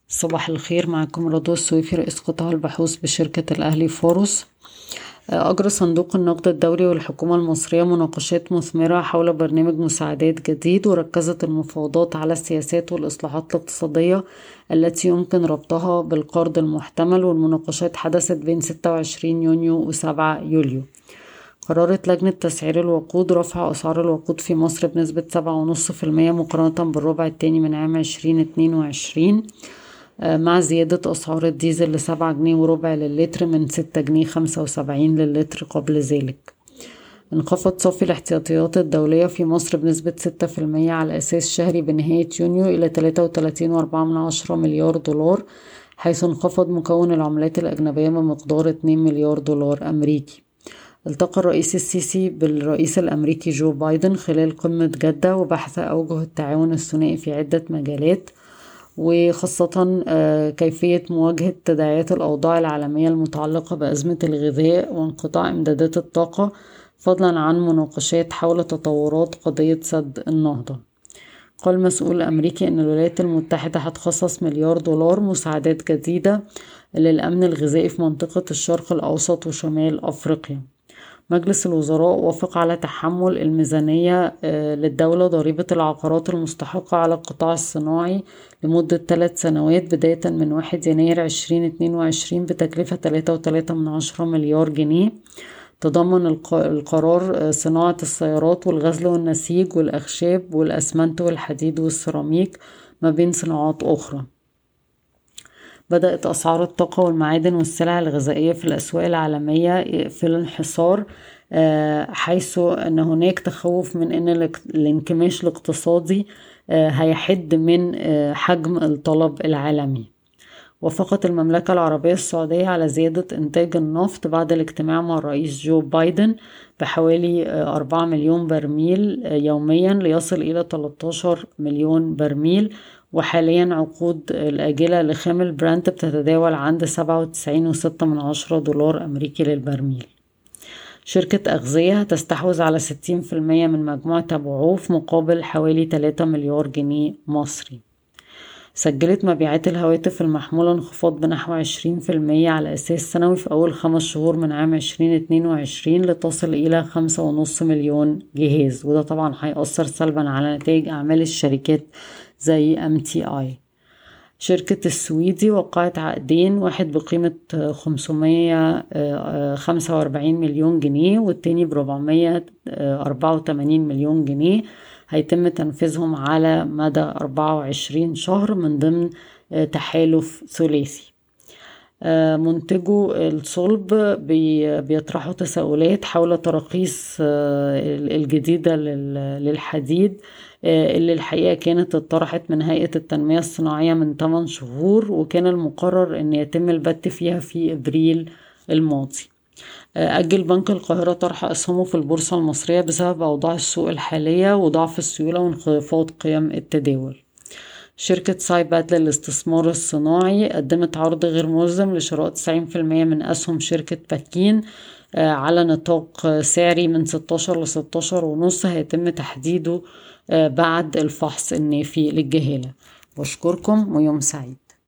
صباح الخير، معكم رضوى السويفي رئيس قطاع البحوث بشركة الأهلي فورس. أجرى صندوق النقد الدولي والحكومة المصرية مناقشات مثمرة حول برنامج مساعدات جديد، وركزت المفاوضات على السياسات والإصلاحات الاقتصادية التي يمكن ربطها بالقرض المحتمل، والمناقشات حدثت بين 26 يونيو و7 يوليو. قررت لجنة تسعير الوقود رفع أسعار الوقود في مصر بنسبة 7.5% مقارنة بالربع الثاني من عام 2022، مع زيادة أسعار الديزل ل7 جنيه وربع للتر من 6 جنيه 75 للتر قبل ذلك. انخفض صافي الاحتياطيات الدولية في مصر بنسبة 6% على أساس شهري بنهاية يونيو إلى 33.4 مليار دولار، حيث انخفض مكون العملات الأجنبية بمقدار 2 مليار دولار أمريكي. التقى الرئيس السيسي بالرئيس الأمريكي جو بايدن خلال قمة جدة، وبحث أوجه التعاون الثنائي في عدة مجالات، وخاصة كيفية مواجهة تداعيات الأوضاع العالمية المتعلقة بأزمة الغذاء وانقطاع إمدادات الطاقة، فضلا عن مناقشات حول تطورات قضية سد النهضة. قال مسؤول أمريكي أن الولايات المتحدة هتخصص مليار دولار مساعدات جديدة للأمن الغذائي في منطقة الشرق الأوسط وشمال أفريقيا. مجلس الوزراء وافق على تحمل الميزانية للدولة ضريبة العقارات المستحقة على القطاع الصناعي لمدة 3 سنوات بداية من 1 يناير 2022 بتكلفة 3.3 مليار جنيه. تضمن القرار صناعة السيارات والغزل والنسيج والأخشاب والأسمنت والحديد والسيراميك ما بين صناعات أخرى. بدأت أسعار الطاقة والمعادن والسلع الغذائية في الأسواق العالمية في الانحسار، حيث أن هناك تخوف من أن الانكماش الاقتصادي هيحد من حجم الطلب العالمي. وافقت المملكة العربية السعودية على زيادة إنتاج النفط بعد الاجتماع مع الرئيس جو بايدن بحوالي 4 مليون برميل يوميا ليصل إلى 13 مليون برميل، وحاليا عقود الآجلة لخام البرنت بتتداول عند 97.6 دولار أمريكي للبرميل. شركة أغذية هتستحوذ على 60% من مجموعة أبو عوف مقابل حوالي 3 مليار جنيه مصري. سجلت مبيعات الهواتف المحمولة انخفاض بنحو 20% على أساس سنوي في أول 5 شهور من عام 2022 لتصل إلى 5.5 مليون جهاز، وده طبعا هيأثر سلبا على نتائج أعمال الشركات زي MTI. شركة السويدي وقعت عقدين، واحد بقيمة 545 مليون جنيه والتاني ب484 مليون جنيه، هيتم تنفيذهم على مدى 24 شهر من ضمن تحالف ثلاثي. منتجو الصلب بيطرحوا تساؤلات حول تراخيص الجديدة للحديد اللي الحقيقة كانت اتطرحت من هيئة التنمية الصناعية من 8 شهور، وكان المقرر أن يتم البت فيها في إبريل الماضي. أجل بنك القاهرة طرح أسهمه في البورصة المصرية بسبب أوضاع السوق الحالية وضعف السيولة وانخفاض قيم التداول. شركة سايبات للاستثمار الصناعي قدمت عرض غير ملزم لشراء 90% من أسهم شركة باكين على نطاق سعري من 16 ل 16.5 هيتم تحديده بعد الفحص النافي للجهالة. بشكركم ويوم سعيد.